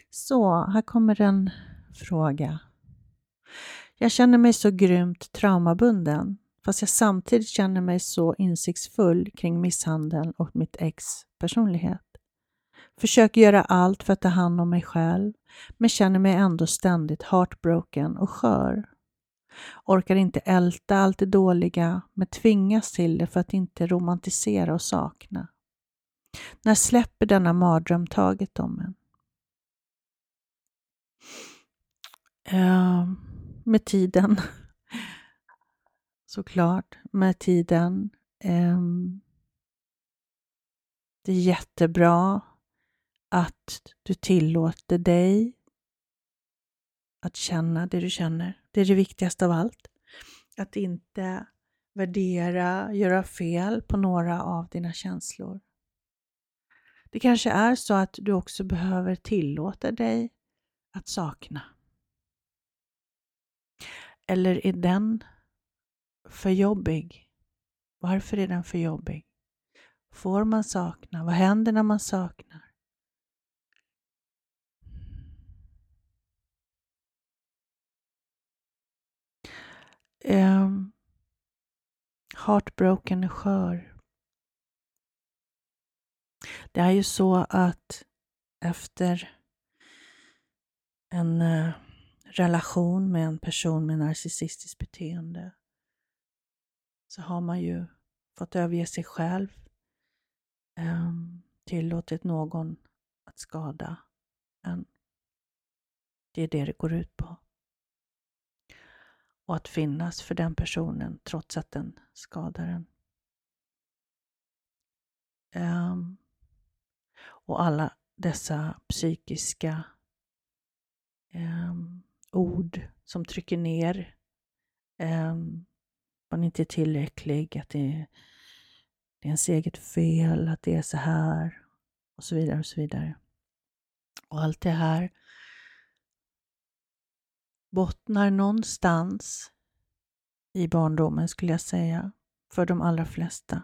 Så, här kommer en fråga. Jag känner mig så grymt traumabunden, fast jag samtidigt känner mig så insiktsfull kring misshandeln och mitt ex personlighet. Försöker göra allt för att ta hand om mig själv, men känner mig ändå ständigt heartbroken och skör. Orkar inte älta allt det dåliga, men tvingas till det för att inte romantisera och sakna. När släpper denna mardröm taget om en? Med tiden. Såklart, med tiden. Det är jättebra att du tillåter dig att känna det du känner. Det är det viktigaste av allt. Att inte värdera, göra fel på några av dina känslor. Det kanske är så att du också behöver tillåta dig att sakna. Eller är den för jobbig? Varför är den för jobbig? Får man sakna? Vad händer när man saknar? Heartbroken och skör. Det är ju så att efter en relation med en person med narcissistiskt beteende så har man ju fått överge sig själv, tillåtit någon att skada en. Det är det går ut på. Och att finnas för den personen trots att den skadar en. Och alla dessa psykiska ord som trycker ner. Man inte är tillräcklig, att det är ens eget fel, att det är så här och så vidare och så vidare. Och allt det här bottnar någonstans i barndomen, skulle jag säga, för de allra flesta.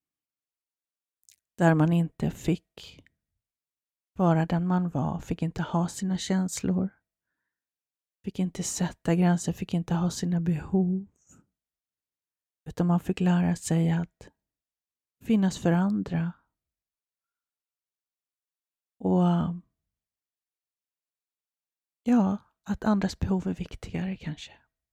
Där man inte fick vara den man var, fick inte ha sina känslor, fick inte sätta gränser, fick inte ha sina behov. Utan man fick lära sig att finnas för andra. Och ja, att andras behov är viktigare kanske.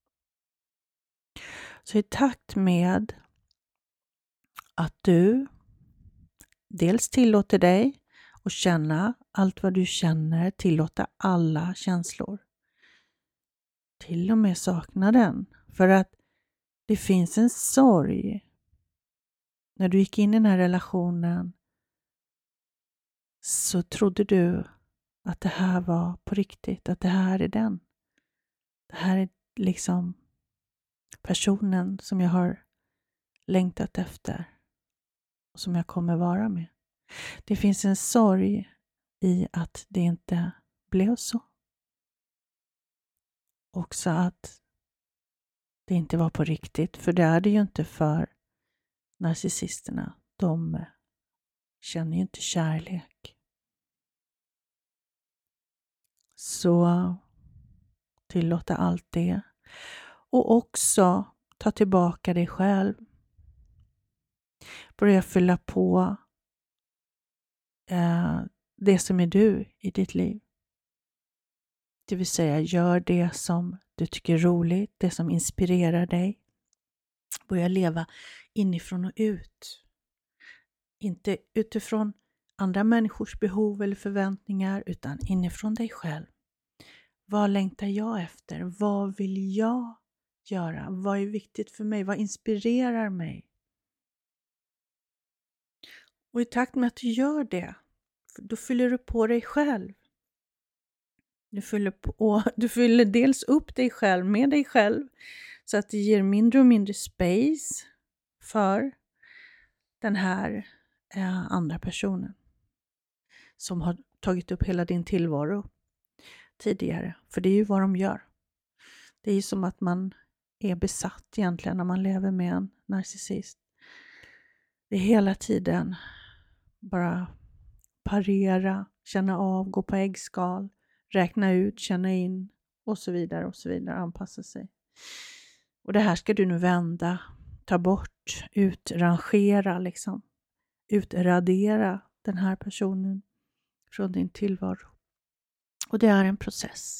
Så i takt med att du dels tillåter dig att känna allt vad du känner, tillåta alla känslor. Till och med saknaden. För att det finns en sorg. När du gick in i den här relationen så trodde du att det här var på riktigt. Att det här är den. Det här är liksom personen som jag har längtat efter. Och som jag kommer vara med. Det finns en sorg i att det inte blev så. Också att det inte var på riktigt. För det är det ju inte för narcissisterna. De känner ju inte kärlek. Så tillåta allt det. Och också ta tillbaka dig själv. Börja fylla på det som är du i ditt liv. Det vill säga, gör det som du tycker är roligt, det som inspirerar dig. Börja leva inifrån och ut. Inte utifrån andra människors behov eller förväntningar, utan inifrån dig själv. Vad längtar jag efter? Vad vill jag göra? Vad är viktigt för mig? Vad inspirerar mig? Och i takt med att du gör det, då fyller du på dig själv. Du fyller dels upp dig själv med dig själv så att det ger mindre och mindre space för den här andra personen som har tagit upp hela din tillvaro tidigare. För det är ju vad de gör. Det är ju som att man är besatt egentligen när man lever med en narcissist. Det är hela tiden bara parera, känna av, gå på äggskal, räkna ut, känna in och så vidare, anpassa sig. Och det här ska du nu vända, ta bort, utrangera liksom, utradera den här personen från din tillvaro. Och det är en process.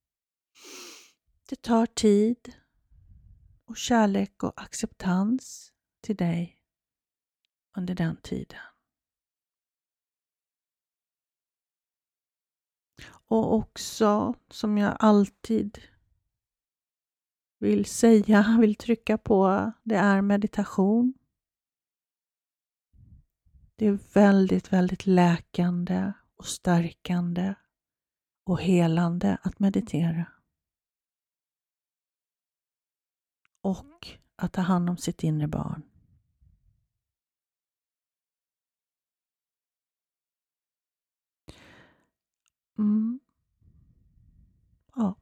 Det tar tid och kärlek och acceptans till dig under den tiden. Och också, som jag alltid vill trycka på, det är meditation. Det är väldigt, väldigt läkande och stärkande och helande att meditera. Och att ta hand om sitt inre barn. Ja,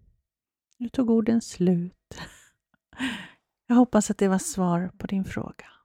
nu tog orden slut. Jag hoppas att det var svar på din fråga.